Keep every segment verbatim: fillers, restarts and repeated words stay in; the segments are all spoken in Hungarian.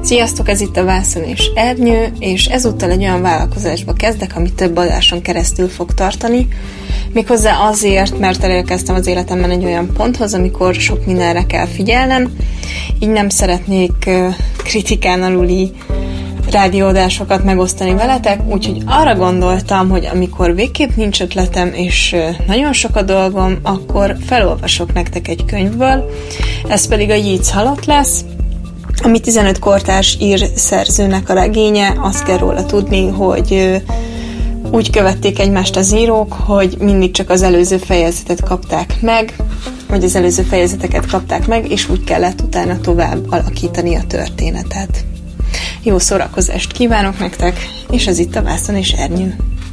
Sziasztok, ez itt a Vászon és Ernyő, és ezúttal egy olyan vállalkozásba kezdek, ami több adáson keresztül fog tartani, méghozzá azért, mert elérkeztem az életemben egy olyan ponthoz, amikor sok mindenre kell figyelnem, így nem szeretnék kritikán aluli rádióadásokat megosztani veletek, úgyhogy arra gondoltam, hogy amikor végképp nincs ötletem, és nagyon sok a dolgom, akkor felolvasok nektek egy könyvből, ez pedig a Yeats halott lesz, ami tizenöt kortárs ír szerzőnek a regénye. Azt kell róla tudni, hogy úgy követték egymást az írók, hogy mindig csak az előző fejezetet kapták meg, vagy az előző fejezeteket kapták meg, és úgy kellett utána tovább alakítani a történetet. Jó szórakozást kívánok nektek, és ez itt a Vászon és Ernyő.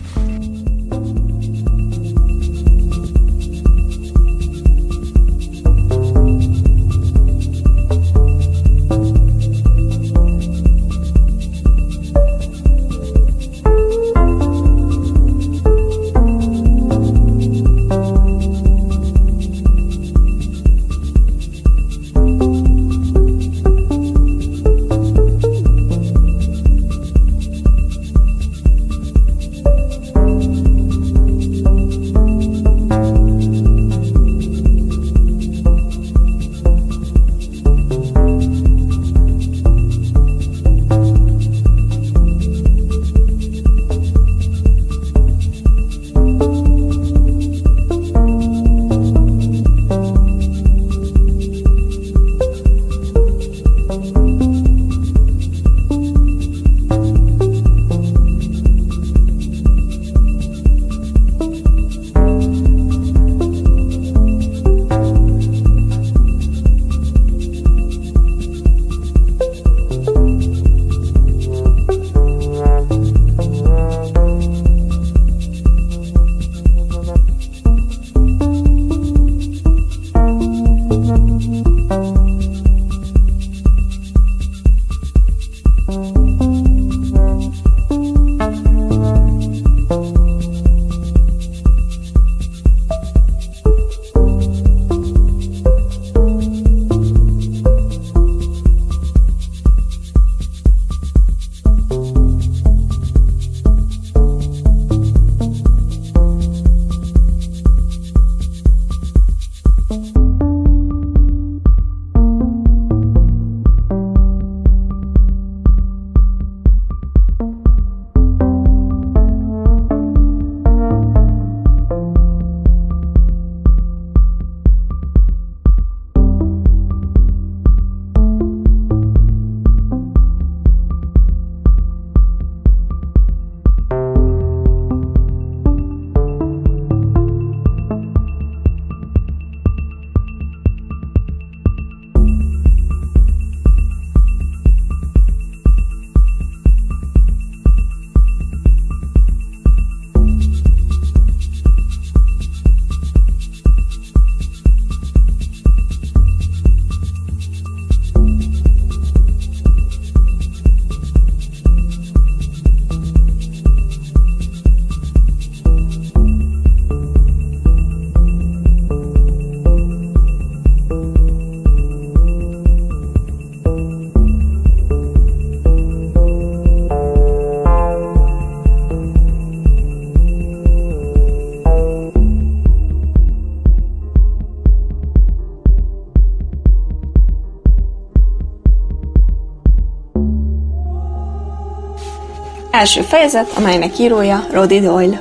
Első fejezet, amelynek írója Roddy Doyle.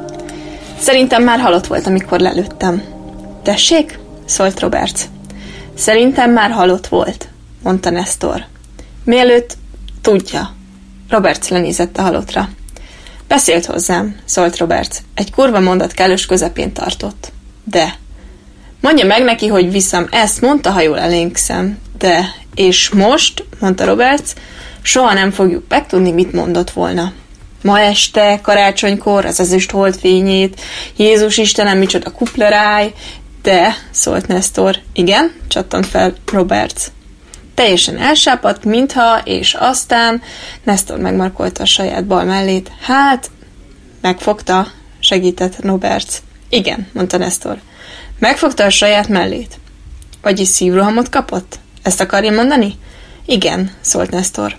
Szerintem már halott volt, amikor lelőttem. Tessék? Szólt Roberts. Szerintem már halott volt, mondta Nestor. Mielőtt tudja. Roberts lenézett a halottra. Beszélt hozzám, szólt Roberts. Egy kurva mondat kellős közepén tartott. De. Mondja meg neki, hogy viszem, ezt mondta, ha jól emlékszem. De. És most, mondta Roberts, soha nem fogjuk megtudni, mit mondott volna. Ma este, karácsonykor, az ezüst holdfényét, Jézus Istenem, micsoda kupleráj, de, szólt Nestor. Igen, csattant fel Roberts. Teljesen elsápadt, mintha, és aztán Nestor megmarkolta a saját bal mellét. Hát, megfogta, segített Roberts. Igen, mondta Nestor. Megfogta a saját mellét. Vagyis szívrohamot kapott? Ezt akarja mondani? Igen, szólt Nestor.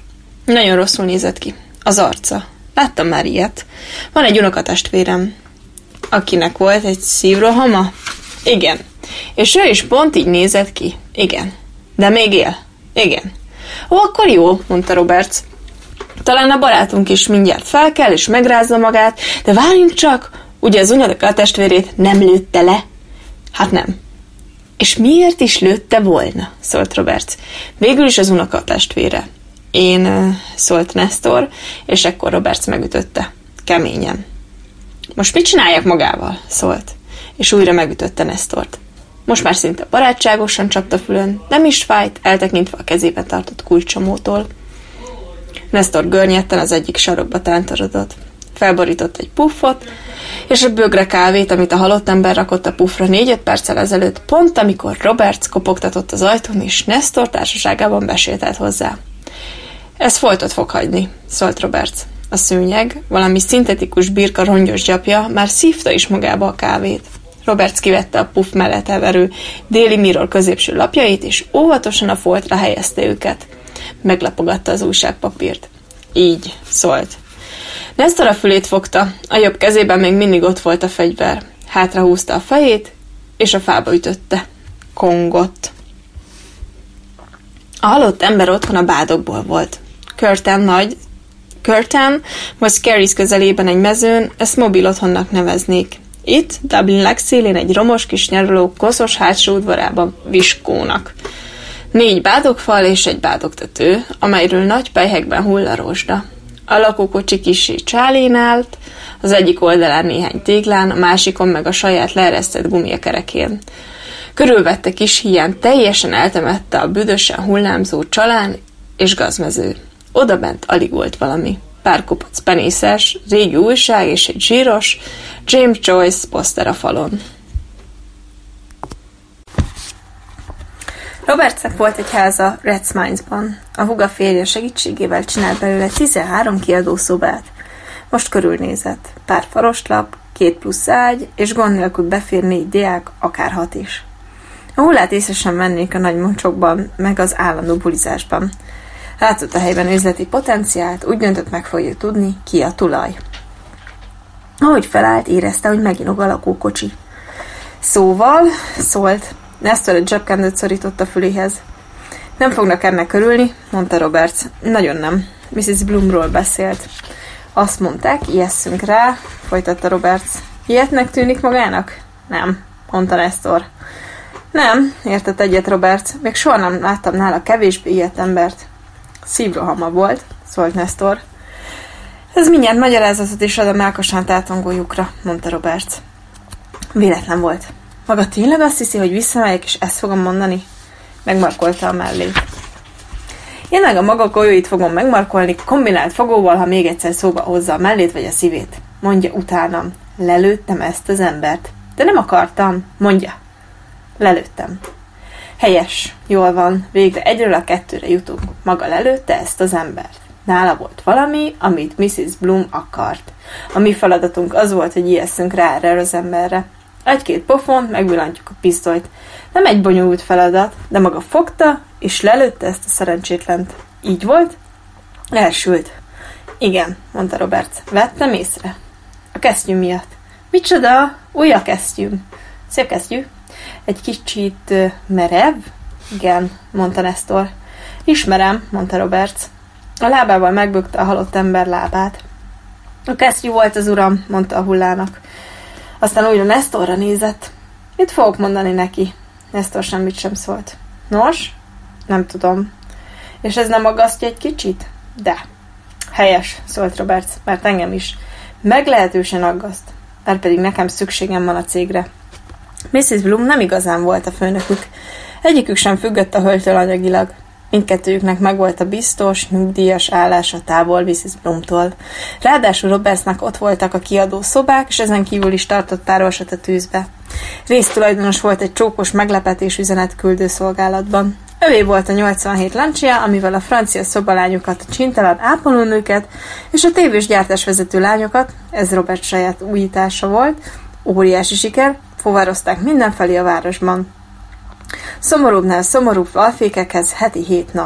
Nagyon rosszul nézett ki. Az arca. Láttam már ilyet. Van egy unokatestvérem, akinek volt egy szívrohama? Igen. És ő is pont így nézett ki? Igen. De még él? Igen. Ó, akkor jó, mondta Roberts. Talán a barátunk is mindjárt fel kell, és megrázza magát, de várjunk csak, ugye az unokatestvérét nem lőtte le? Hát nem. És miért is lőtte volna? Szólt Roberts. Végül is az unokatestvére. Én, szólt Nestor, és ekkor Roberts megütötte. Keményen. Most mit csináljak magával? Szólt. És újra megütötte Nestort. Most már szinte barátságosan csapta fülön, nem is fájt, eltekintve a kezében tartott kulcsomótól. Nestor görnyetten az egyik sarokba tántorodott. Felborított egy puffot, és a bögre kávét, amit a halott ember rakott a puffra négy-öt perccel ezelőtt, pont amikor Roberts kopogtatott az ajtón, és Nestor társaságában besétált hozzá. Ez foltot fog hagyni, szólt Roberts. A szőnyeg, valami szintetikus birka rongyos gyapja már szívta is magába a kávét. Roberts kivette a puff mellett heverő Daily Mirror középső lapjait, és óvatosan a foltra helyezte őket. Meglapogatta az újságpapírt. Így, szólt. Nestor a fülét fogta, a jobb kezében még mindig ott volt a fegyver. Hátrahúzta a fejét, és a fába ütötte. Kongott. A halott ember otthon a bádokból volt. Curtin nagy, Curtin vagy Scaries közelében egy mezőn, ezt mobil otthonnak neveznék. Itt, Dublin legszélén egy romos kis nyaraló koszos hátsó udvarában viskónak. Négy bádogfal és egy bádogtető, amelyről nagy pelyhekben hull a rozsda. A lakókocsi kissé csálén állt, az egyik oldalán néhány téglán, a másikon meg a saját leeresztett gumiakerekén. Körülvette kis híján, teljesen eltemette a büdösen hullámzó csalán és gazmező. Odabent alig volt valami. Pár kopoc penészes, régi újság és egy zsíros James Joyce poszter a falon. Robertsnek volt egy háza Reds Mines-ban. A húga férje segítségével csinált belőle tizenhárom kiadószobát. Most körülnézett. Pár faroslap, két plusz ágy, és gond nélkül befér négy diák, akár hat is. A hullát észre sem vennék a nagy mocsokban, meg az állandó bulizásban. Látott a helyben üzleti potenciált, úgy döntött, meg fogja tudni, ki a tulaj. Ahogy felállt, érezte, hogy meginog a lakókocsi. Szóval, szólt, Nestor egy zsebkendőt szorított a füléhez. Nem fognak ennek körülni, mondta Roberts. Nagyon nem. missziz Bloomról beszélt. Azt mondták, ijesszünk rá, folytatta Roberts. Ilyetnek tűnik magának? Nem, mondta Nestor. Nem, értett egyet Roberts. Még soha nem láttam nála kevésbé ilyet embert. Szívrohama volt, szólt Nestor. Ez mindjárt magyarázatot is ad a melkasán tátongó lyukra, mondta Roberts. Véletlen volt. Maga tényleg azt hiszi, hogy visszamegyek, és ezt fogom mondani? Megmarkolta a mellét. Én meg a maga golyóit fogom megmarkolni, kombinált fogóval, ha még egyszer szóba hozza a mellét vagy a szívét. Mondja utánam. Lelőttem ezt az embert. De nem akartam. Mondja. Lelőttem. Helyes. Jól van. Végre egyről a kettőre jutunk. Maga lelőtte ezt az embert. Nála volt valami, amit missziz Bloom akart. A mi feladatunk az volt, hogy ijesszünk rá erre az emberre. Egy-két pofont, megvillantjuk a pisztolyt. Nem egy bonyolult feladat, de maga fogta, és lelőtte ezt a szerencsétlent. Így volt? Elsült. Igen, mondta Roberts. Vettem észre. A kesztyű miatt. Micsoda? Új a kesztyűm. Szép kesztyű. Egy kicsit uh, merev? Igen, mondta Nestor. Ismerem, mondta Roberts. A lábával megbökte a halott ember lábát. A kesztyű volt az uram, mondta a hullának. Aztán újra Nestorra nézett. Mit fogok mondani neki? Nestor semmit sem szólt. Nos? Nem tudom. És ez nem aggasztja egy kicsit? De. Helyes, szólt Roberts, mert engem is. Meglehetősen aggaszt. Mert pedig nekem szükségem van a cégre. missziz Bloom nem igazán volt a főnökük. Egyikük sem függött a hölgytől anyagilag. Mindkettőjüknek megvolt a biztos, nyugdíjas állása távol missziz Bloomtól. Ráadásul Robertsnak ott voltak a kiadó szobák, és ezen kívül is tartott pár vasat a tűzbe. Résztulajdonos volt egy csókos meglepetés üzenetküldő szolgálatban. Övé volt a nyolcvanhét Lancia, amivel a francia szobalányokat, a csintalan ápolónőket és a tévés gyártásvezető lányokat, ez Robert saját újítása volt, óriási siker, fuvarozták mindenfelé a városban. Szomorúbbnál szomorúbb alfékekhez heti hét nap.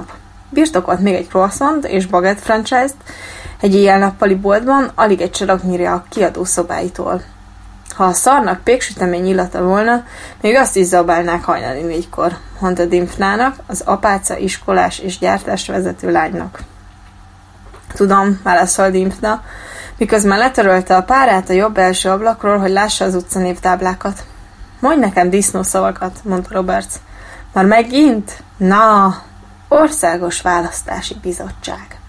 Birtokolt még egy croissant és baguette franchise-t egy éjjel-nappali boltban, alig egy csalaknyira a kiadó szobáitól. Ha a szarnak péksütemény illata volna, még azt is zabálnák hajnali négykor, mondta Dimfnának, az apáca iskolás és gyártást vezető lánynak. Tudom, válaszol Dimfna, miközben letörölte a párát a jobb első ablakról, hogy lássa az utcanévtáblákat. Mondj nekem disznószavakat, mondta Roberts. Már megint? Na, Országos Választási Bizottság.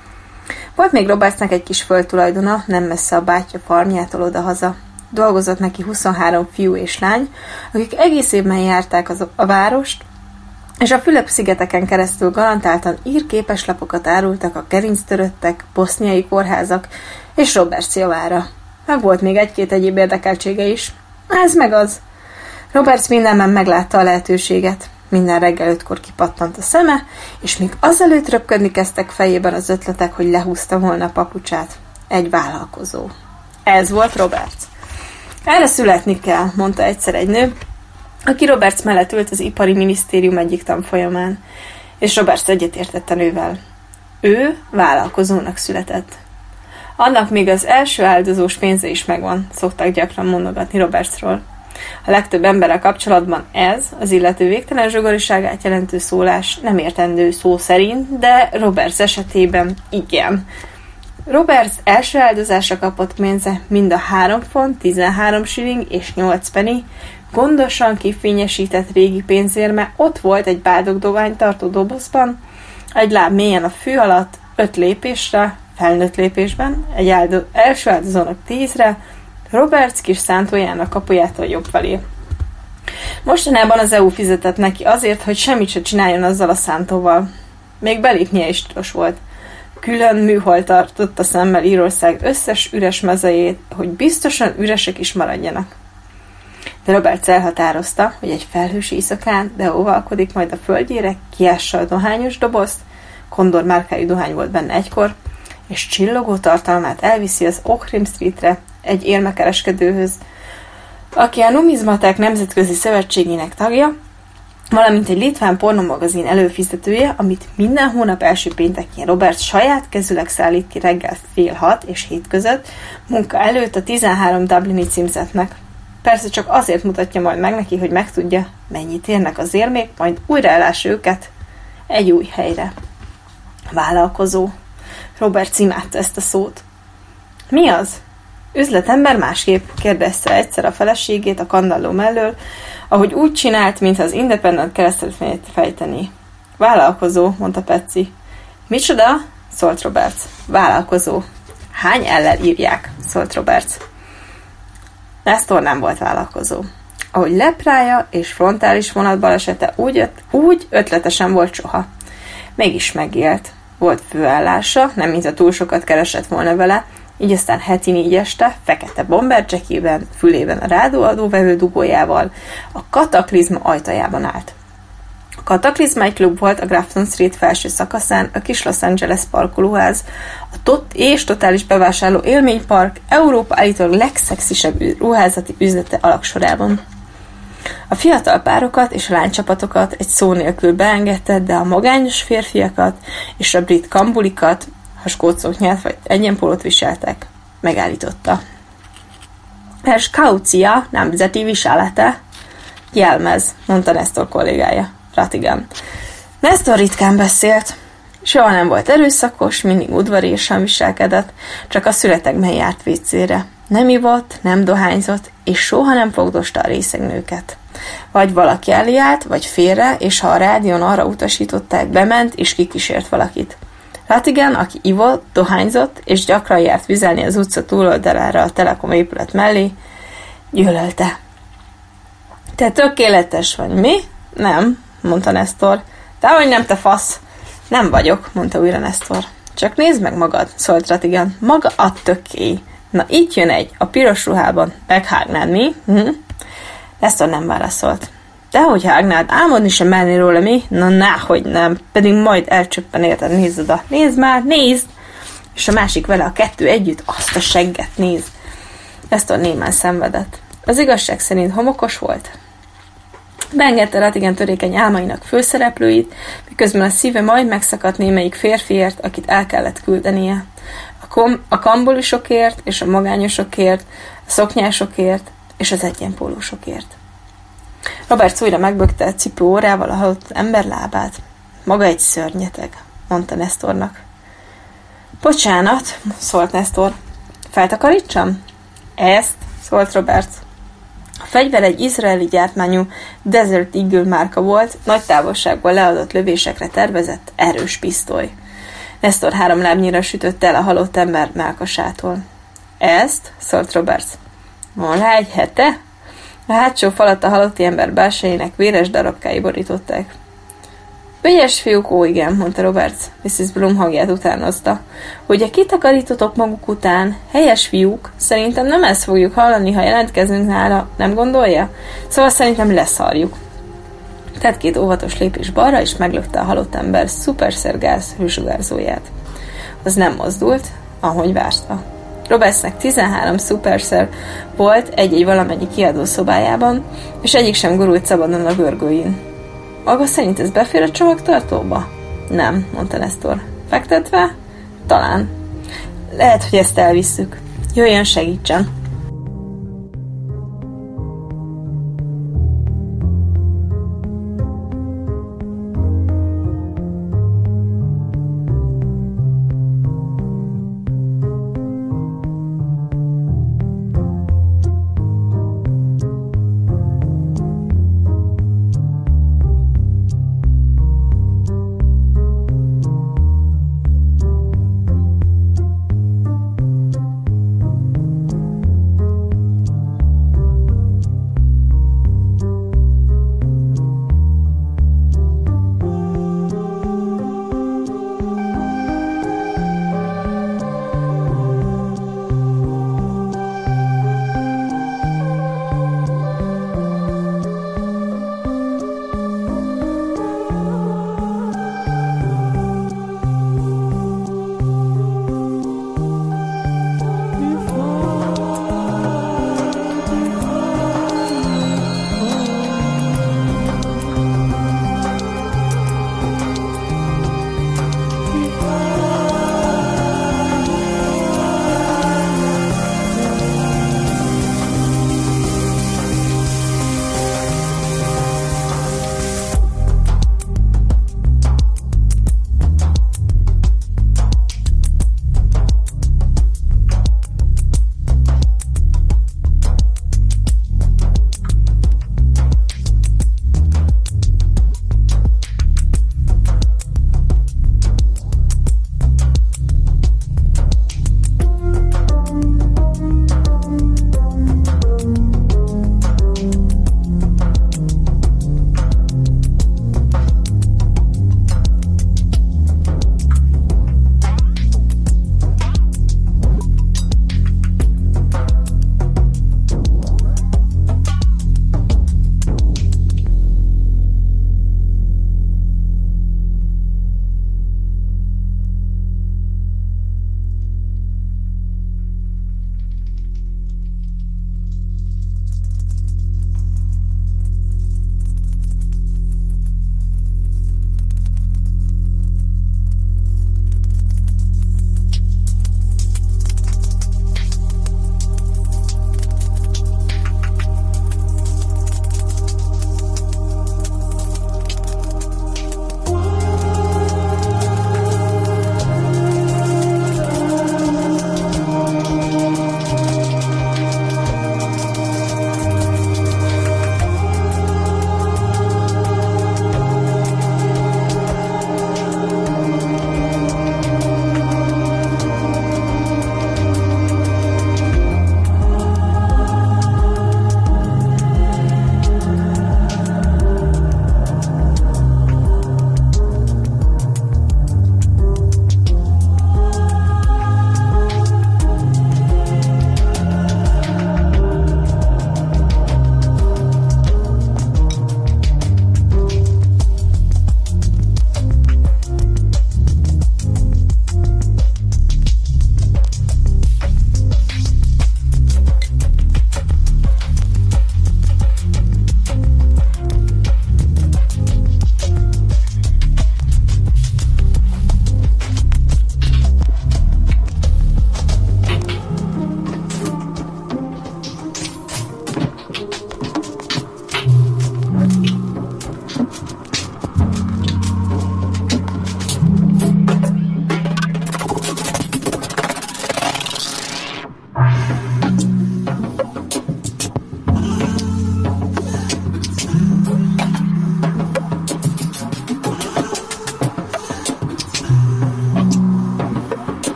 Volt még Robertsnek egy kis földtulajdona, nem messze a bátyja farmjától odahaza. Dolgozott neki huszonhárom fiú és lány, akik egész évben járták az, a várost, és a Fülöp-szigeteken keresztül garantáltan írképeslapokat árultak a gerinctöröttek, boszniai kórházak és Roberts javára. Meg volt még egy-két egyéb érdekeltsége is. Ez meg az. Roberts mindenben meglátta a lehetőséget. Minden reggel ötkor kipattant a szeme, és még azelőtt röpködni kezdtek fejében az ötletek, hogy lehúzta volna a papucsát. Egy vállalkozó. Ez volt Roberts. Erre születni kell, mondta egyszer egy nő, aki Roberts mellett ült az ipari minisztérium egyik tanfolyamán, és Roberts egyetértett a nővel. Ő vállalkozónak született. Annak még az első áldozós pénze is megvan, szokták gyakran mondogatni Robertsról. A legtöbb emberrel kapcsolatban ez, az illető végtelen zsugoriságát jelentő szólás nem értendő szó szerint, de Roberts esetében igen. Roberts első áldozásra kapott pénze mind a három font, tizenhárom shilling és nyolc penny, gondosan kifényesített régi pénzérme ott volt egy bádogdogány tartó dobozban, egy láb mélyen a fű alatt, öt lépésre, felnőtt lépésben, egy áldo- első áldozónak tízre, Roberts kis szántójának kapujától jobb felé. Mostanában az é u fizetett neki azért, hogy semmit se csináljon azzal a szántóval. Még belépnie is tilos volt. Külön műhold tartott a szemmel Írország összes üres mezejét, hogy biztosan üresek is maradjanak. De Roberts elhatározta, hogy egy felhős éjszakán beóvalkodik majd a földjére, kiássa a dohányos dobozt, Kondor márkájú dohány volt benne egykor, és csillogó tartalmát elviszi az Oakrim Streetre, egy érmekereskedőhöz, aki a Numizmaták Nemzetközi Szövetségének tagja, valamint egy litván pornomagazin előfizetője, amit minden hónap első péntekén Robert saját kezüleg szállít ki reggel fél hat és hét között, munka előtt a tizenhárom dublini címzetnek. Persze csak azért mutatja majd meg neki, hogy megtudja, mennyit érnek az érmék, majd újra elássa őket egy új helyre. Vállalkozó. Robert imádta ezt a szót. Mi az? Üzletember másképp, kérdezte egyszer a feleségét a kandalló mellől, ahogy úgy csinált, mintha az Independent keresztet fejteni. Vállalkozó, mondta Patsy. Micsoda? Szólt Roberts. Vállalkozó. Hány ellel írják? Szólt Roberts. Nestor nem volt vállalkozó. Ahogy leprája és frontális vonatbalesete úgy, úgy ötletesen volt soha. Mégis megélt. Volt főállása, nem mintha túl sokat keresett volna vele, így aztán heti négy este, fekete bomberjackében, fülében a rádióadóvevő dugójával, a Kataklizma ajtajában állt. A Kataklizma egy klub volt a Grafton Street felső szakaszán, a kis Los Angeles parkolóház, a tot és totális bevásárló élménypark, Európa állítólag legszexisebb ruházati üzlete alaksorában. A fiatal párokat és a lánycsapatokat egy szó nélkül beengedte, de a magányos férfiakat és a brit kambulikat, ha skótszoknyát vagy egyenpólót viseltek, megállította. Ez kaucia nemzeti viselete. Jelmez, mondta Nestor kollégája, Ratigan. Nestor ritkán beszélt. Soha nem volt erőszakos, mindig udvariasan viselkedett, csak a születekben járt vécére. Nem ivott, nem dohányzott, és soha nem fogdosta a részegnőket. Vagy valaki elé állt, vagy félre, és ha a rádión arra utasították, bement és kikísért valakit. Ratigan, aki ivott, dohányzott, és gyakran járt vizelni az utca túloldalára a Telekom épület mellé, gyűlölte. Te tökéletes vagy, mi? Nem, mondta Nestor. Dehogy nem, te fasz. Nem vagyok, mondta újra Nestor. Csak nézd meg magad, szólt Ratigan. Maga a töké. Na, itt jön egy, a piros ruhában. Meghágnád, mi? Hm? Nestor nem válaszolt. Dehogy hágnád, álmodni sem merni róla, mi? Na, náhogy nem, pedig majd elcsöppen érted, nézd oda. Nézd már, nézd! És a másik vele, a kettő együtt, azt a segget nézd. Nestor némán szenvedett. Az igazság szerint homokos volt? Beengedte Ratigan törékeny álmainak főszereplőit, miközben a szíve majd megszakadt némelyik férfiért, akit el kellett küldenie. A, kom- a kambolisokért és a magányosokért, a szoknyásokért és az egyenpólósokért. Roberts újra megbökte a cipő órával a halott ember lábát. Maga egy szörnyeteg, mondta Nestornak. Bocsánat, szólt Nestor. Feltakarítsam? Ezt, szólt Roberts. A fegyver egy izraeli gyártmányú Desert Eagle márka volt, nagy távolságból leadott lövésekre tervezett erős pisztoly. Nestor három lábnyira sütötte el a halott ember mellkasától. Ezt, szólt Roberts. Van rá egy hete? A hátsó falat a halotti ember belsejének véres darabkái borították. Ügyes fiúk, ó igen, mondta Roberts. missziz Bloom hangját utánozta. Ugye kitakarítotok maguk után? Helyes fiúk, szerintem nem ezt fogjuk hallani, ha jelentkezünk nála, nem gondolja? Szóval szerintem leszarjuk. Tett két óvatos lépés balra, és meglökte a halott ember szuperszergáz hősugárzóját. Az nem mozdult, ahogy várta. Robertsnek tizenhárom szuperszer volt egy-egy valamennyi kiadó szobájában, és egyik sem gurult szabadon a görgőin. Maga szerint ez befér a csomagtartóba? Nem, mondta Nestor. Fektetve? Talán. Lehet, hogy ezt elvisszük. Jöjjön, segítsen.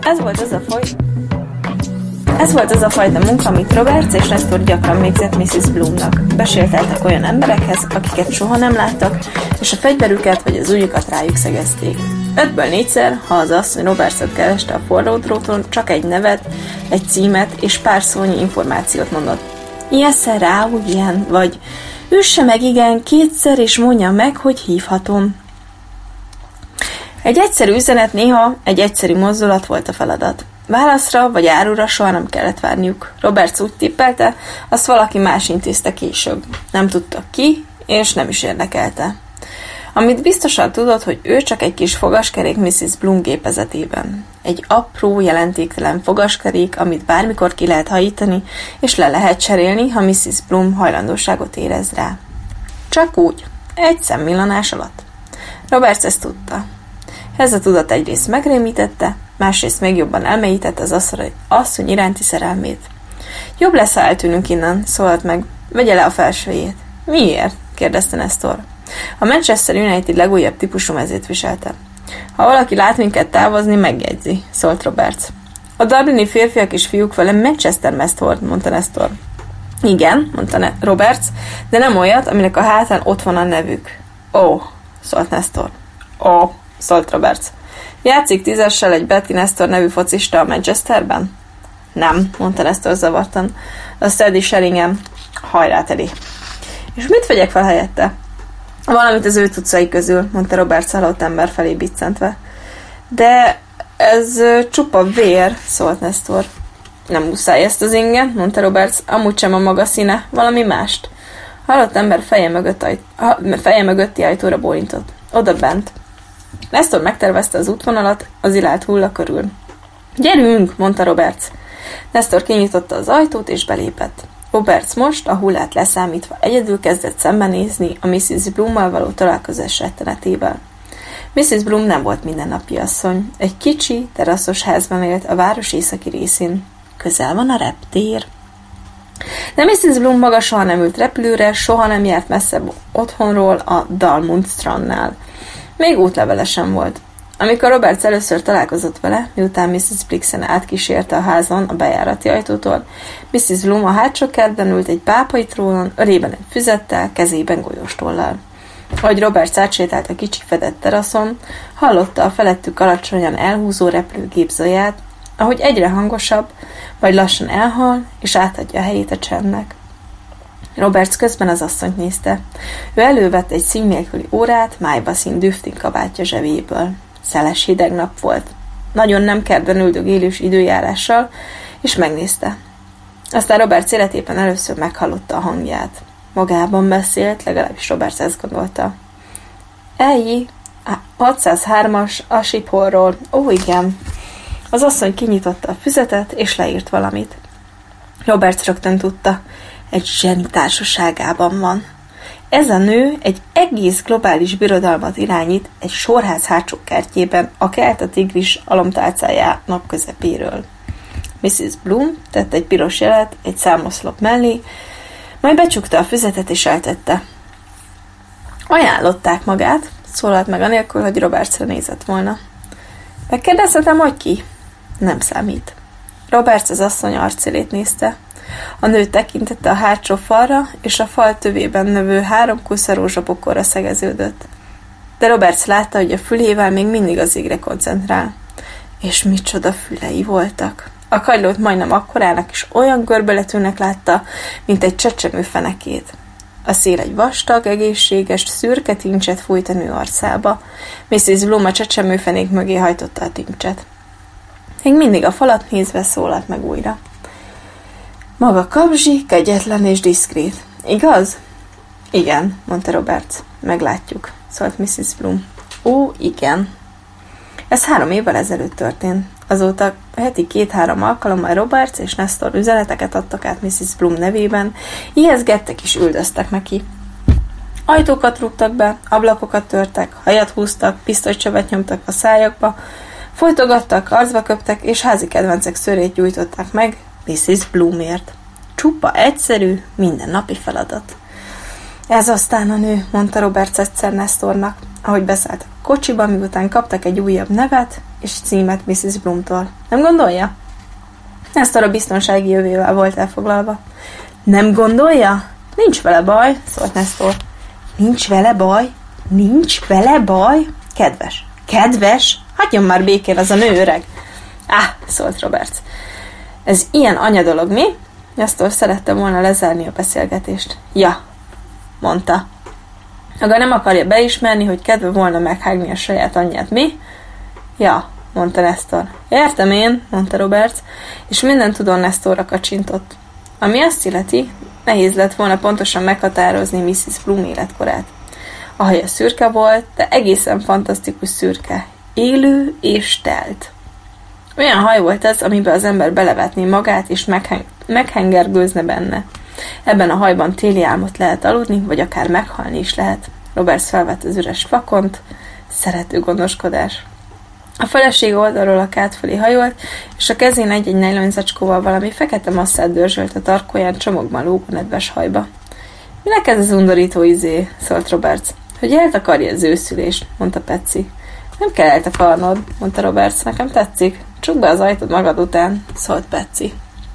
Ez volt az a foly... Ez volt az a fajta munka, amit Roberts és Nestor gyakran végzett missziz Bloomnak. Besétáltak olyan emberekhez, akiket soha nem láttak, és a fegyverüket vagy az ujjukat rájuk szegezték. Ötből négyszer, ha az asszony Robertset kereste a forró dróton, csak egy nevet, egy címet és pár szónyi információt mondott. Ilyesze rá, úgy ilyen, vagy üsse meg igen kétszer, és mondja meg, hogy hívhatom. Egy egyszerű üzenet néha egy egyszerű mozdulat volt a feladat. Válaszra vagy árura soha nem kellett várniuk. Roberts úgy tippelte, azt valaki más intézte később. Nem tudta ki, és nem is érdekelte. Amit biztosan tudott, hogy ő csak egy kis fogaskerék missziz Bloom gépezetében. Egy apró, jelentéktelen fogaskerék, amit bármikor ki lehet hajítani, és le lehet cserélni, ha missziz Bloom hajlandóságot érez rá. Csak úgy, egy szemvillanás alatt. Roberts ezt tudta. Ez a tudat egyrészt megrémítette, másrészt még jobban elmélyítette az asszony iránti szerelmét. Jobb lesz, ha eltűnünk innen, szólalt meg. Vegye le a felsőjét. Miért? kérdezte Nestor. A Manchester United legújabb típusú mezét viselte. Ha valaki lát minket távozni, megjegyzi, szólt Roberts. A dublini férfiak és fiúk vele Manchester mezt hord, mondta Nestor. Igen, mondta Roberts, de nem olyat, aminek a hátán ott van a nevük. Ó, szólt Nestor. Ó, szólt Roberts. Játszik tízessel egy Betty Nestor nevű focista a Manchesterben? Nem, mondta Nestor zavartan. A Steady Sheringham. Hajrá, Teddy. És mit vegyek fel helyette? Valamit az ő cuccai közül, mondta Roberts halott ember felé biccentve. De ez uh, csupa vér, szólt Nestor. Nem muszáj ezt az inge, mondta Roberts, amúgy sem a maga színe, valami mást. Halott ember feje, mögött ajt, ha, feje mögötti ajtóra bólintott. Oda bent. Nestor megtervezte az útvonalat az ilált hulla körül. Gyerünk, mondta Roberts. Nestor kinyitotta az ajtót és belépett. Roberts most, a hullát leszámítva, egyedül kezdett szembenézni a missziz Bloommal való találkozás rettenetével. missziz Bloom nem volt mindennapi asszony. Egy kicsi, teraszos házban élt a város északi részén. Közel van a reptér. De missziz Bloom maga soha nem ült repülőre, soha nem járt messzebb otthonról a Dalmund strandnál. Még útlevele sem volt. Amikor Roberts először találkozott vele, miután missziz Blixen átkísérte a házon a bejárati ajtótól, missziz Bloom a hátsó kertben ült egy pápai trónon, ölében egy füzettel, kezében golyóstollal. Ahogy Roberts átsétált a kicsi fedett teraszon, hallotta a felettük alacsonyan elhúzó repülőgép zaját, ahogy egyre hangosabb, majd lassan elhal, és átadja a helyét a csendnek. Roberts közben az asszonyt nézte. Ő elővett egy szín nélküli órát, májba szín düftin kabátja zsebéből. Szeles hideg nap volt. Nagyon nem kertben üldögélős időjárással, és megnézte. Aztán Roberts életében először meghallotta a hangját. Magában beszélt, legalábbis Roberts ezt gondolta. Elji, hatszázhármas, a Shiphallról. Ó, igen. Az asszony kinyitotta a füzetet, és leírt valamit. Roberts rögtön tudta, egy zseni társaságában van. Ez a nő egy egész globális birodalmat irányít egy sorház hátsó kertjében a Kelta tigris alomtálcájának közepéről. missziz Bloom tett egy piros jelet egy számoszlop mellé, majd becsukta a füzetet és eltette. Ajánlották magát, szólalt meg anélkül, hogy Robertsra nézett volna. Megkérdezhetem, hogy ki? Nem számít. Roberts az asszony arcélét nézte. A nő tekintette a hátsó falra, és a fal tövében növő három kusza rózsabokorra szegeződött. De Roberts látta, hogy a fülével még mindig az égre koncentrál. És micsoda fülei voltak. A kagylót majdnem akkorának és olyan görbületűnek látta, mint egy csecsemő fenekét. A szél egy vastag, egészséges, szürke tincset fújt a nő arcába. missziz Bloom a csecsemőfenék mögé hajtotta a tincset. Még mindig a falat nézve szólalt meg újra. Maga kabzsi, kegyetlen és diszkrét. Igaz? Igen, mondta Roberts. Meglátjuk, szólt missziz Bloom. Ó, igen. Ez három évvel ezelőtt történt. Azóta heti két-három alkalommal Roberts és Nestor üzeneteket adtak át missziz Bloom nevében, ijeszgettek és üldöztek neki. Ajtókat rúgtak be, ablakokat törtek, hajat húztak, pisztolycsövet nyomtak a szájakba, folytogattak, arcba köptek, és házi kedvencek szőrét gyújtották meg missziz Bloomért. Csupa egyszerű, mindennapi feladat. Ez aztán a nő, mondta Roberts egyszer Nestornak. ahogy beszálltak a kocsiba, miután kaptak egy újabb nevet és címet missziz Bloomtól. Nem gondolja? Nestor a biztonsági jövével volt elfoglalva. Nem gondolja? Nincs vele baj, szólt Nestor. Nincs vele baj? Nincs vele baj? Kedves. Kedves? Hagyjon már békén, az a nő öreg. Áh, szólt Roberts. Ez ilyen anyadolog, mi? Nestor szerette volna lezárni a beszélgetést. Ja, mondta. Maga nem akarja beismerni, hogy kedve volna meghágni a saját anyját, mi? Ja, mondta Nestor. Értem én, mondta Roberts, és minden tudón Nestorra kacsintott. Ami azt illeti, nehéz lett volna pontosan meghatározni missziz Bloom életkorát. A haja szürke volt, de egészen fantasztikus szürke. Élő és telt. Olyan haj volt ez, amiben az ember belevetné magát, és megheng- meghengergőzne benne. Ebben a hajban téli álmot lehet aludni, vagy akár meghalni is lehet. Roberts felvett az üres flakont, szerető gondoskodás. A feleség oldalról a kád felé hajolt, és a kezén egy-egy nejlonzacskóval valami fekete masszát dörzsölt a tarkóján csomagban lógó nedves hajba. Minek ez az undorító izé? Szólt Roberts. Hogy eltakarja az őszülést, mondta Patsy. Nem kell eltakarnod, mondta Roberts. Nekem tetszik. Csukd be az ajtód magad után, szólt Patsy.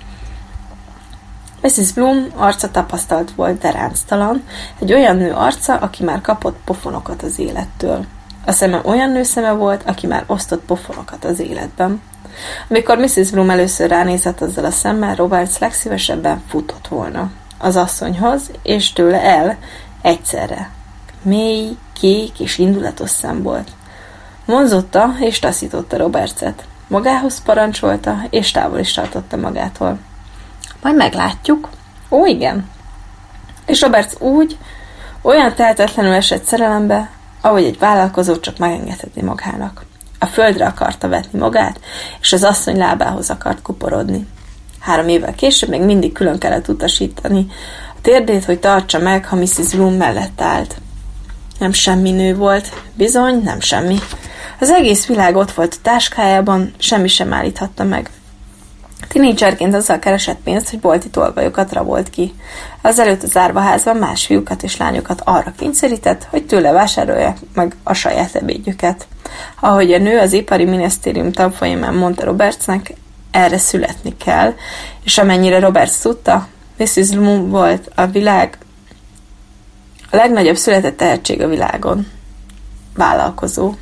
missziz Bloom arca tapasztalt volt, de ránctalan, egy olyan nő arca, aki már kapott pofonokat az élettől. A szeme olyan nő szeme volt, aki már osztott pofonokat az életben. Amikor missziz Bloom először ránézett azzal a szemmel, Roberts legszívesebben futott volna. Az asszonyhoz, és tőle el, egyszerre. Mély, kék és indulatos szem volt. Vonzotta és taszította Robertset. Magához parancsolta, és távol is tartotta magától. Majd meglátjuk. Ó, igen. És Roberts úgy, olyan tehetetlenül esett szerelembe, ahogy egy vállalkozó csak megengedheti magának. A földre akarta vetni magát, és az asszony lábához akart kuporodni. Három évvel később még mindig külön kellett utasítani a térdét, hogy tartsa meg, ha missziz Bloom mellett állt. Nem semmi nő volt. Bizony, nem semmi. Az egész világ ott volt a táskájában, semmi sem állíthatta meg. Tinédzserként azzal keresett pénzt, hogy bolti tolvajokat rabolt ki. Azelőtt az árvaházban más fiúkat és lányokat arra kényszerített, hogy tőle vásárolják meg a saját ebédjüket. Ahogy a nő az ipari minisztérium tanfolyamán mondta Robertsnek, erre születni kell, és amennyire Roberts tudta, missziz Bloom volt a világ a legnagyobb született tehetség a világon. Vállalkozó.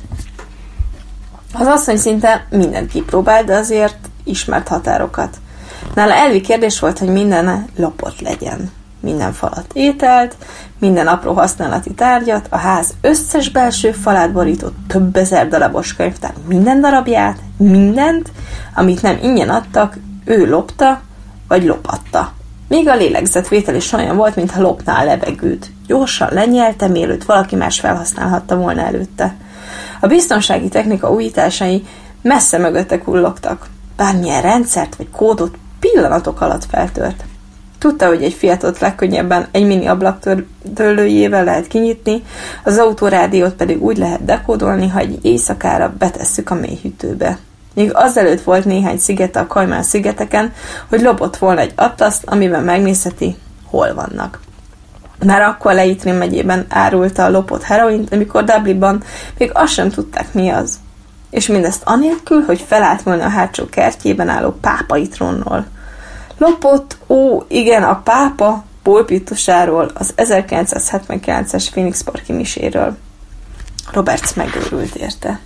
Az asszony szinte mindent kipróbált, de azért ismert határokat. Nála elvi kérdés volt, hogy minden lopott legyen. Minden falat ételt, minden apró használati tárgyat, a ház összes belső falát borított több ezer darabos könyvtár minden darabját, mindent, amit nem ingyen adtak, ő lopta, vagy lopatta. Még a lélegzetvétel is olyan volt, mintha lopná a levegőt. Gyorsan lenyelte, mielőtt valaki más felhasználhatta volna előtte. A biztonsági technika újításai messze mögötte kullogtak. Bármilyen rendszert vagy kódot pillanatok alatt feltört. Tudta, hogy egy Fiatot legkönnyebben egy mini ablaktörlőjével lehet kinyitni, az autórádiót pedig úgy lehet dekódolni, ha egy éjszakára betesszük a mélyhűtőbe. Még azelőtt volt néhány szigete a Kajmán-szigeteken, hogy lopott volna egy atlaszt, amiben megnézheti, hol vannak. Már akkor Leitrim megyében árulta a lopott heroint, amikor Dublinban még azt sem tudták, mi az. És mindezt anélkül, hogy felállt volna a hátsó kertjében álló pápai trónról. Lopott, ó, igen, a pápa pulpitusáról, az ezerkilencszázhetvenkilences Phoenix Parki miséről. Roberts megőrült érte.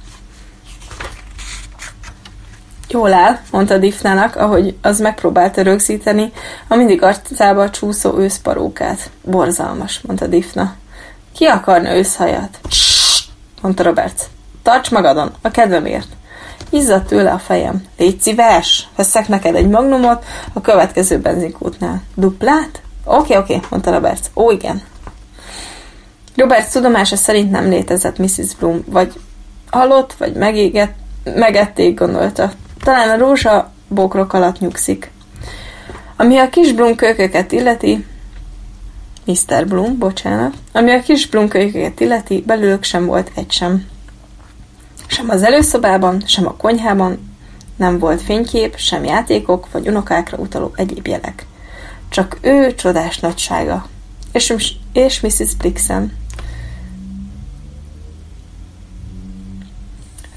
Jól áll, mondta Daphne-nak, ahogy az megpróbálta rögzíteni a mindig arcába csúszó őszparókát. Borzalmas, mondta Daphne. Ki akarna őszhajat? Mondta Roberts. Tarts magadon, a kedvemért. Izzadt tőle a fejem. Légy szíves, veszek neked egy magnumot a következő benzinkútnál. Duplát? Oké, oké, mondta Roberts. Ó, igen. Roberts tudomása szerint nem létezett missziz Bloom, vagy halott, vagy megégett, megették, gondolta. Talán a rózsabokrok alatt nyugszik. Ami a kis Bloom kölyköket illeti, miszter Bloom, bocsánat, ami a kis Bloom kölyköket illeti, belőlük sem volt egy sem. Sem az előszobában, sem a konyhában nem volt fénykép, sem játékok, vagy unokákra utaló egyéb jelek. Csak ő csodás nagysága. És, és missziz Blixen.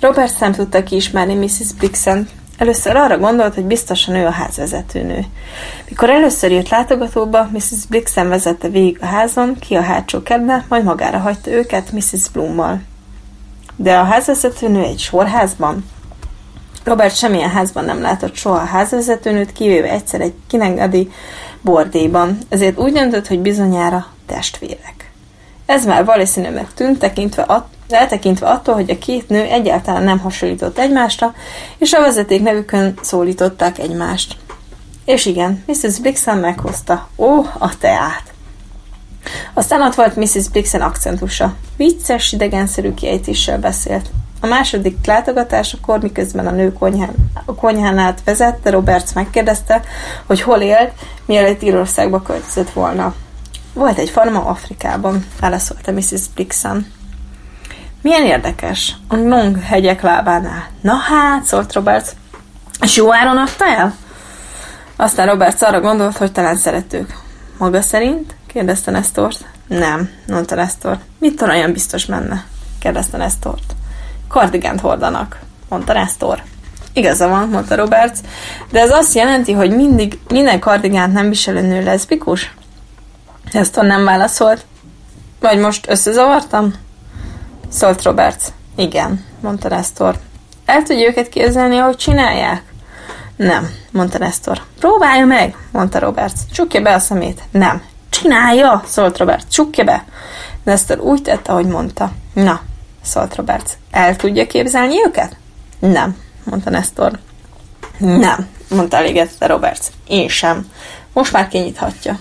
Robert nem tudta kiismerni missziz Blixen. Először arra gondolt, hogy biztosan ő a házvezetőnő. Mikor először jött látogatóba, missziz Blixen vezette végig a házon, ki a hátsó kedve, majd magára hagyta őket missziz Bloommal. De a házvezetőnő egy sorházban? Robert semmilyen házban nem látott soha a házvezetőnőt, kivéve egyszer egy kinengadi bordéban, ezért úgy döntött, hogy bizonyára testvérek. Ez már valószínűleg tűnt, tekintve at- eltekintve attól, hogy a két nő egyáltalán nem hasonlított egymásra, és a vezeték nevükön szólították egymást. És igen, missziz Blixen meghozta. Ó, a teát! Aztán ott volt missziz Blixen akcentusa. Vicces, idegenszerű kiejtéssel beszélt. A második látogatásakor, miközben a nő konyhán, a konyhán át vezette, Roberts megkérdezte, hogy hol élt, mielőtt Írországba költözött volna. Volt egy farma Afrikában, válaszolta missziz Blixen. Milyen érdekes, a Long hegyek lábánál. Na hát, szólt Roberts. És jó áron adta el? Aztán Roberts arra gondolt, hogy talán szeretők. Maga szerint? kérdezte Nestort. Nem, mondta Nestor. Mit olyan biztos benne? kérdezte Nestort. Kardigánt hordanak, mondta Nestor. Igaza van, mondta Roberts, de ez azt jelenti, hogy mindig, minden kardigánt nem viselő nő leszbikus? Nestor nem válaszolt. Vagy most összezavartam? Szólt Roberts. Igen, mondta Nestor. El tudja őket képzelni, ahogy csinálják? Nem, mondta Nestor. Próbálja meg, mondta Roberts. Csukja be a szemét. Nem. Csinálja, szólt Roberts. Csukja be. Nestor úgy tette, ahogy mondta. Na, szólt Roberts. El tudja képzelni őket? Nem, mondta Nestor. Nem, mondta elégedette Roberts. Én sem. Most már kinyithatja.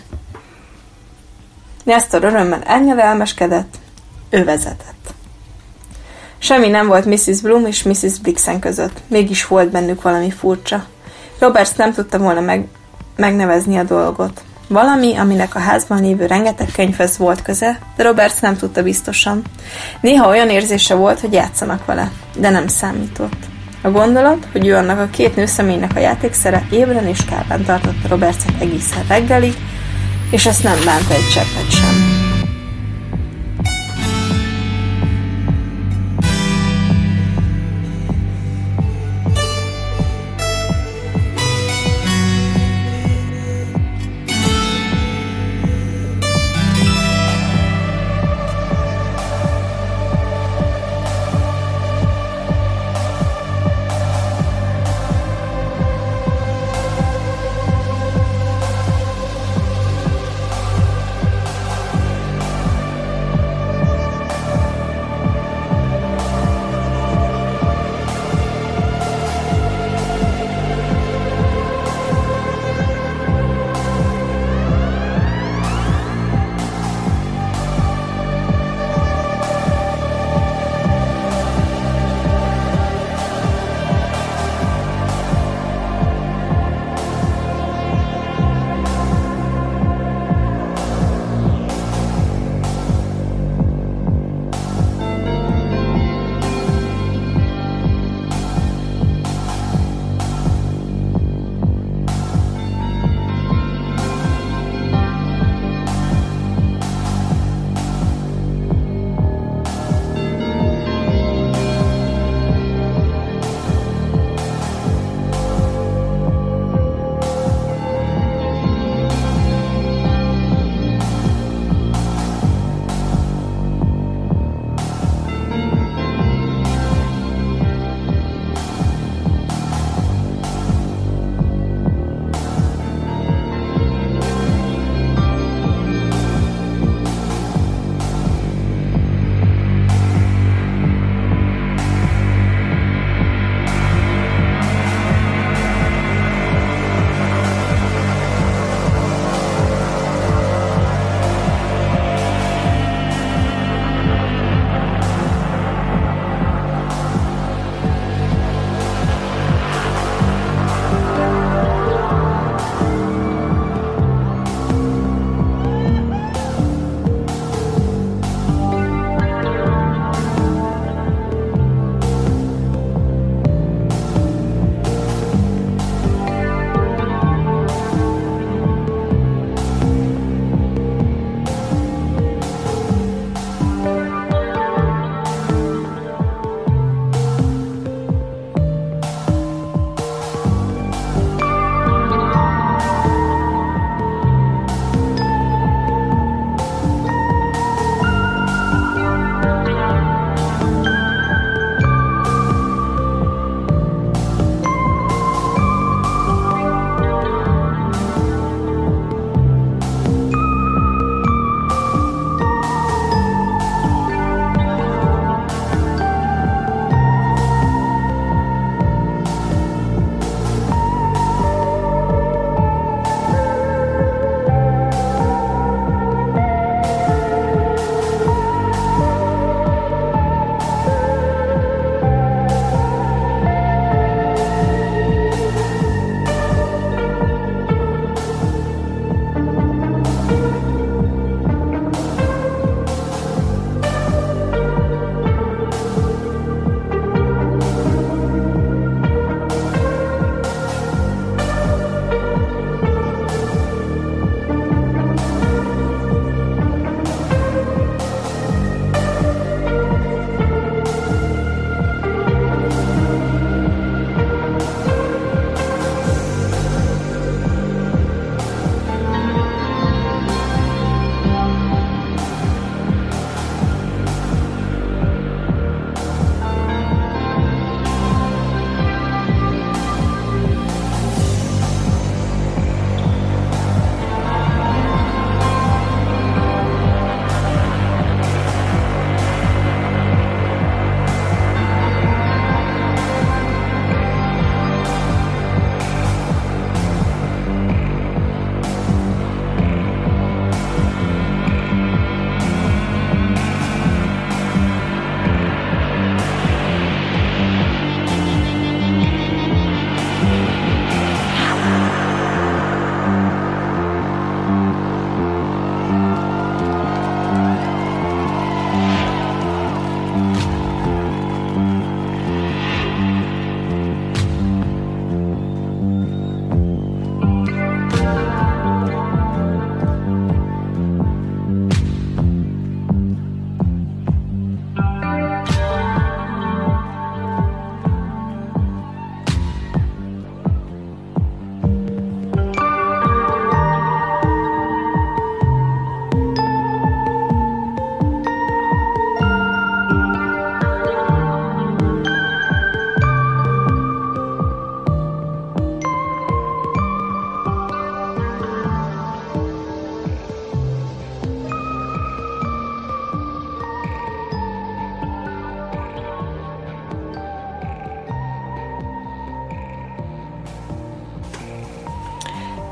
Nestor örömmel engedelmeskedett, ő vezetett. Semmi nem volt missziz Bloom és missziz Blixen között. Mégis volt bennük valami furcsa. Roberts nem tudta volna meg, megnevezni a dolgot. Valami, aminek a házban lévő rengeteg könyvhöz volt köze, de Roberts nem tudta biztosan. Néha olyan érzése volt, hogy játszanak vele, de nem számított. A gondolat, hogy ő annak a két nőszemélynek a játékszere, ébren és kárban tartotta Robertset egészen reggelig, és ezt nem bánta egy cseppet sem.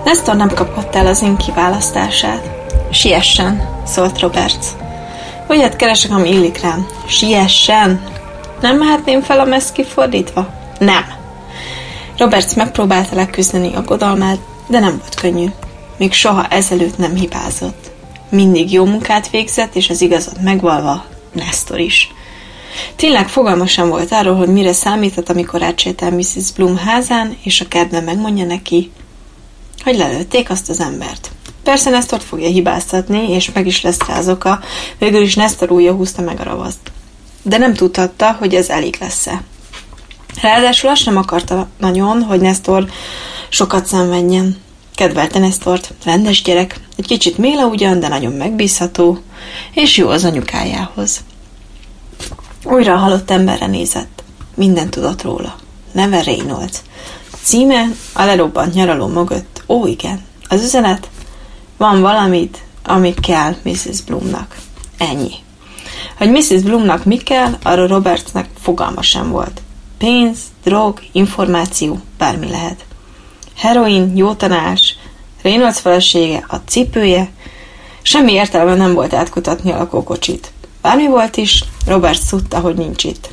Nestor nem kapott el az én kiválasztását. Siessen, szólt Roberts. Olyat keresek, ami illik rám. Siessen! Nem mehetném fel a meszt kifordítva? Nem. Roberts megpróbálta leküzdeni aggodalmát, de nem volt könnyű. Még soha ezelőtt nem hibázott. Mindig jó munkát végzett, és az igazat megvalva Nestor is. Tényleg fogalma sem volt arról, hogy mire számíthat, amikor átsétál missziz Bloom házán, és a kertben megmondja neki, hogy lelőtték azt az embert. Persze Nestort fogja hibáztatni, és meg is lesz rá az oka, végül is Nestor ujja húzta meg a ravaszt. De nem tudhatta, hogy ez elég lesz-e. Ráadásul azt sem akarta nagyon, hogy Nestor sokat szenvedjen. Kedvelte Nestort, rendes gyerek, egy kicsit méla ugyan, de nagyon megbízható, és jó az anyukájához. Újra a halott emberre nézett. Minden tudott róla. Neve Reynolds. Címe a lerobbant nyaraló mögött. Ó, igen. Az üzenet? Van valamit, amit kell missziz Bloomnak. Ennyi. Hogy missziz Bloomnak mi kell, arról Robertsnek fogalma sem volt. Pénz, drog, információ, bármi lehet. Heroin, jó tanács, Reynolds felesége, a cipője. Semmi értelme nem volt átkutatni a lakókocsit. Bármi volt is, Robert tudta, hogy nincs itt.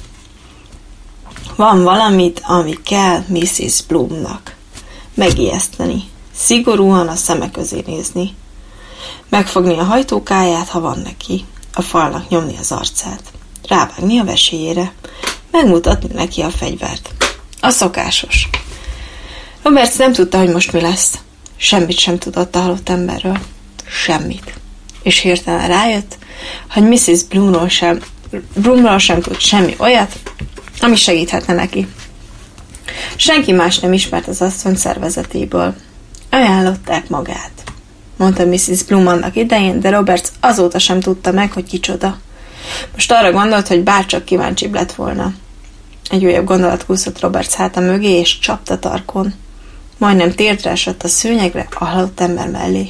Van valamit, ami kell missziz Bloomnak. Megijeszteni. Szigorúan a szeme közé nézni. Megfogni a hajtókáját, ha van neki. A falnak nyomni az arcát. Rávágni a veséjére. Megmutatni neki a fegyvert. A szokásos. Roberts nem tudta, hogy most mi lesz. Semmit sem tudott a halott emberről. Semmit. És hirtelen rájött, hogy missziz Bloomról sem, Bloomról sem tud semmi olyat, ami segíthetne neki. Senki más nem ismert az asszony szervezetéből. Ajánlották magát, mondta missziz Bloom annak idején, de Roberts azóta sem tudta meg, hogy kicsoda. Most arra gondolt, hogy bárcsak kíváncsibb lett volna. Egy újabb gondolat húzott Roberts háta mögé, és csapta tarkon. Majdnem térdre esett a szőnyegre a halott ember mellé.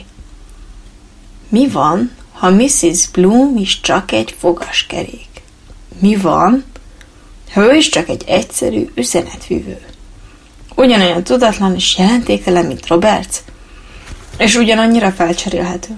Mi van, ha missziz Bloom is csak egy fogaskerék? Mi van, ha ő is csak egy egyszerű üzenetvívő? Ugyanolyan tudatlan és jelentéktelen, mint Roberts, és ugyanannyira felcserélhető.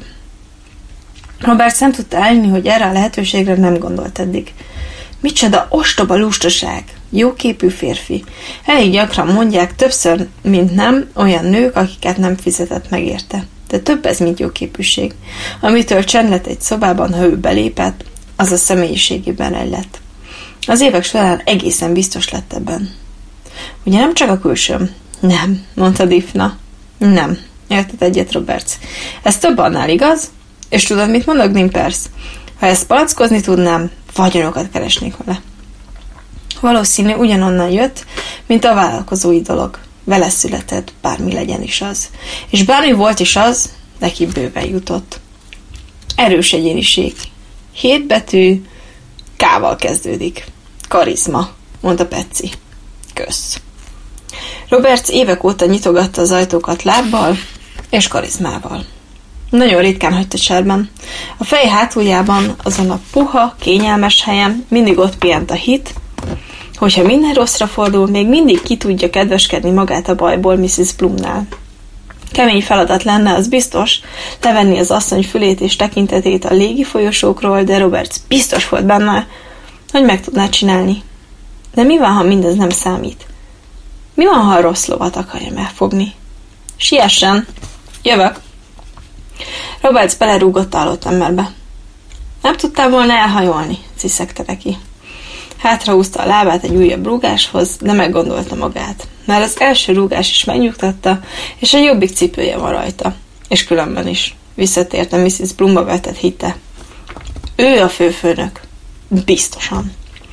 Roberts nem tudta állni, hogy erre a lehetőségre nem gondolt eddig. Micsoda ostoba lustaság, jóképű férfi. Elég gyakran mondják, többször, mint nem, olyan nők, akiket nem fizetett meg érte. De több ez, mint jóképűség. Amitől csend lett egy szobában, ha ő belépett, az a személyiségében rejlett. Az évek során egészen biztos lett ebben. Ugye nem csak a külsőm? Nem, mondta Difna. Nem, értett egyet Roberts. Ez több annál, igaz? És tudod, mit mondok, Dimpers? Ha ezt palackozni tudnám, vagyonokat keresnék vele. Valószínű ugyanonnan jött, mint a vállalkozói dolog. Vele született, bármi legyen is az. És bármi volt is az, neki bőven jutott. Erős egyéniség. Hét betű, K-val kezdődik. Karizma, mondta Petsy. Kösz. Roberts évek óta nyitogatta az ajtókat lábbal és karizmával. Nagyon ritkán hagyta cserben. A fej hátuljában, azon a puha, kényelmes helyen mindig ott pihent a hit, hogyha minden rosszra fordul, még mindig ki tudja kedveskedni magát a bajból missziz Bloomnál. Kemény feladat lenne, az biztos, levenni az asszony fülét és tekintetét a légi folyosókról, de Roberts biztos volt benne, hogy meg tudná csinálni. De mi van, ha mindez nem számít? Mi van, ha a rossz lovat akarja megfogni? Siessen! Jövök! Roberts belerúgott a halott emberbe. Nem tudtál volna elhajolni, sziszegte neki. Hátrahúzta a lábát egy újabb rúgáshoz, de meggondolta magát. Már az első rúgás is megnyugtatta, és a jobbik cipője van rajta. És különben is. Visszatért a missziz Bloomba vetett hite. Ő a főfőnök. Biztosan.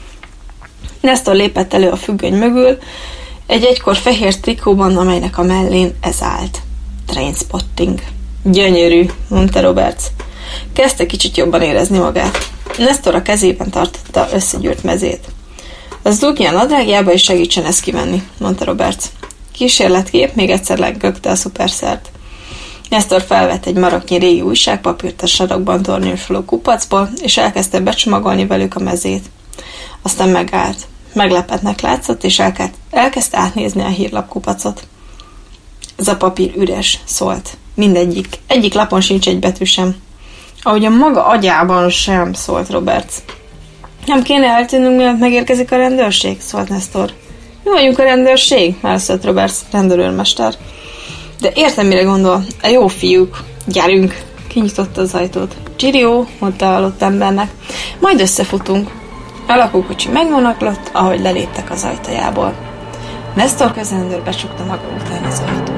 Nestor lépett elő a függöny mögül, egy egykor fehér trikóban, amelynek a mellén ez állt. Trainspotting. Gyönyörű, mondta Roberts. Kezdte kicsit jobban érezni magát. Nestor a kezében tartotta összegyűrt mezét. Az dugja a nadrágjába és segítsen ezt kivenni, mondta Roberts. Kísérletkép még egyszer legökte a szuperszert. Nestor felvett egy maraknyi régi újságpapírt a sarokban tornyosuló kupacból, és elkezdte becsomagolni velük a mezét. Aztán megállt. Meglepetnek látszott, és elkezd, elkezdte átnézni a hírlapkupacot. Ez a papír üres, szólt. Mindegyik. Egyik lapon sincs egy betű sem. Ahogy a maga agyában sem, szólt Robert. Nem kéne eltűnnünk, mielőtt megérkezik a rendőrség? Szólt Nestor. Mi vagyunk a rendőrség? Válaszolt Robert, rendőrőrmester. De értem, mire gondol. A jó fiúk. Gyerünk! Kinyitotta az ajtót. Csirió, mondta a halott embernek. Majd összefutunk. A lakókocsi megvonaklott, ahogy leléptek az ajtajából. Nestor közrendőr becsukta maga után az ajtót.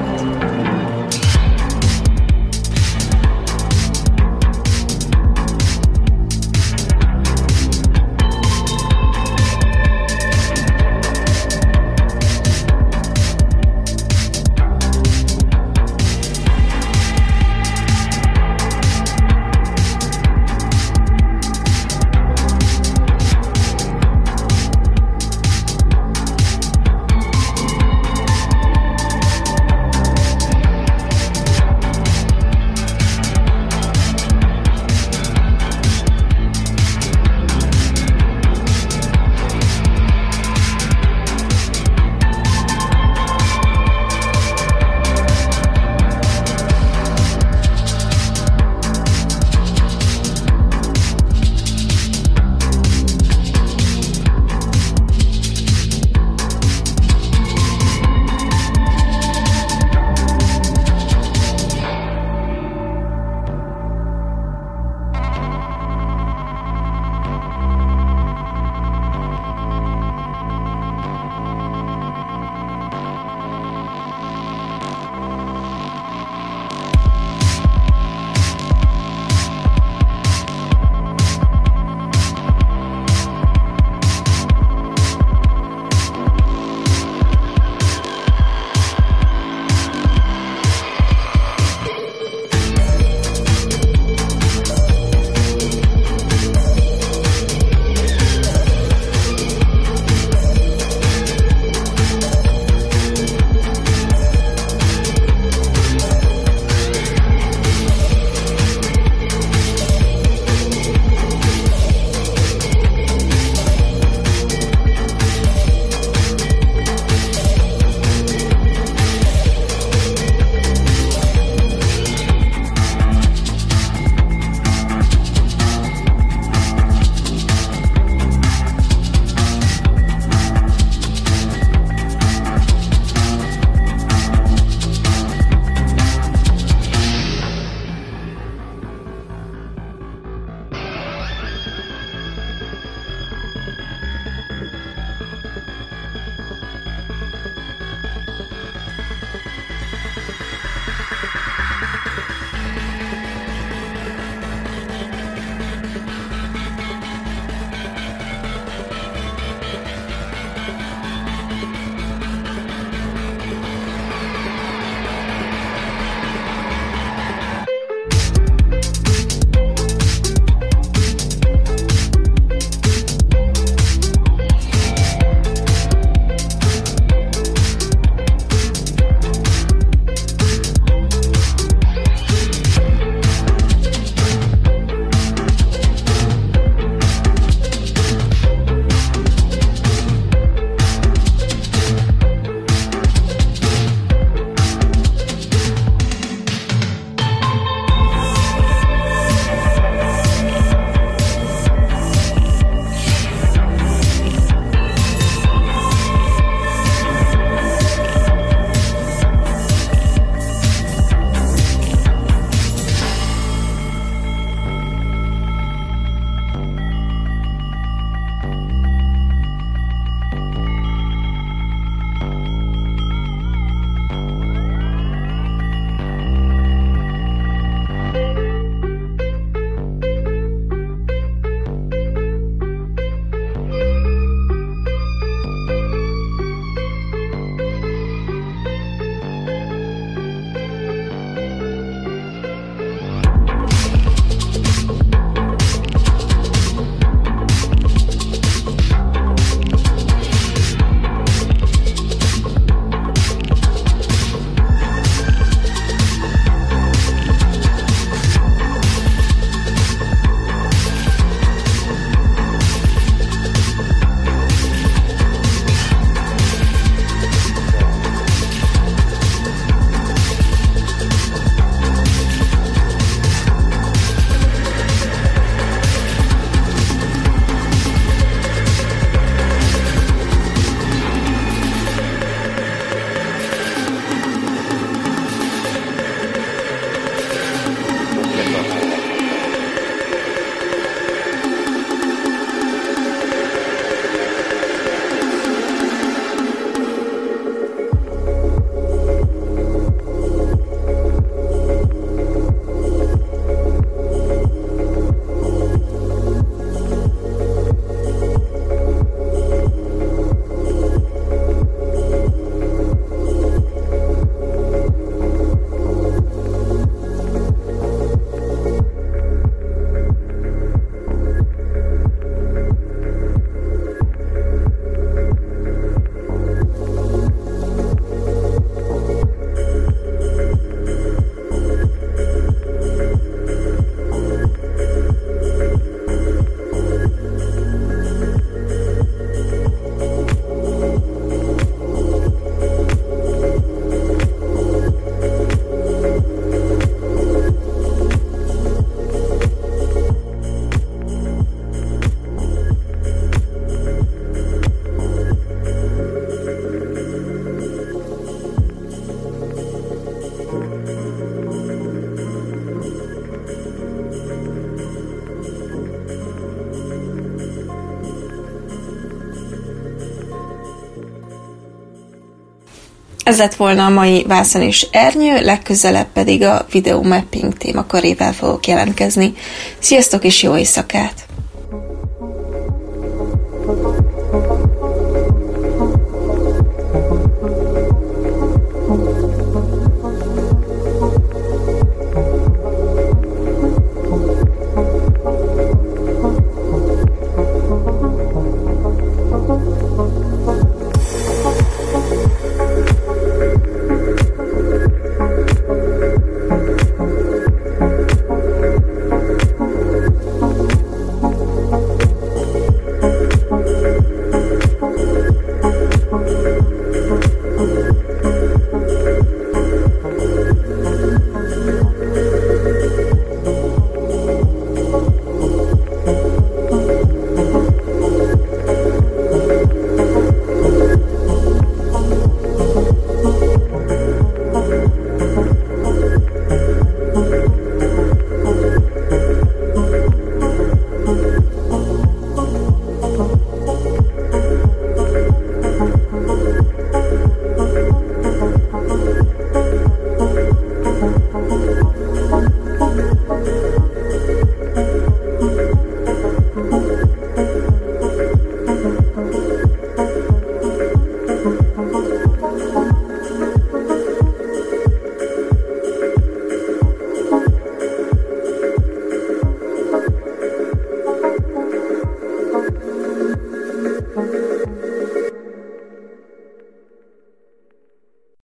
Ez lett volna a mai Vászon és Ernyő, legközelebb pedig a videomapping témakörével fogok jelentkezni. Sziasztok és jó éjszakát! Thank you.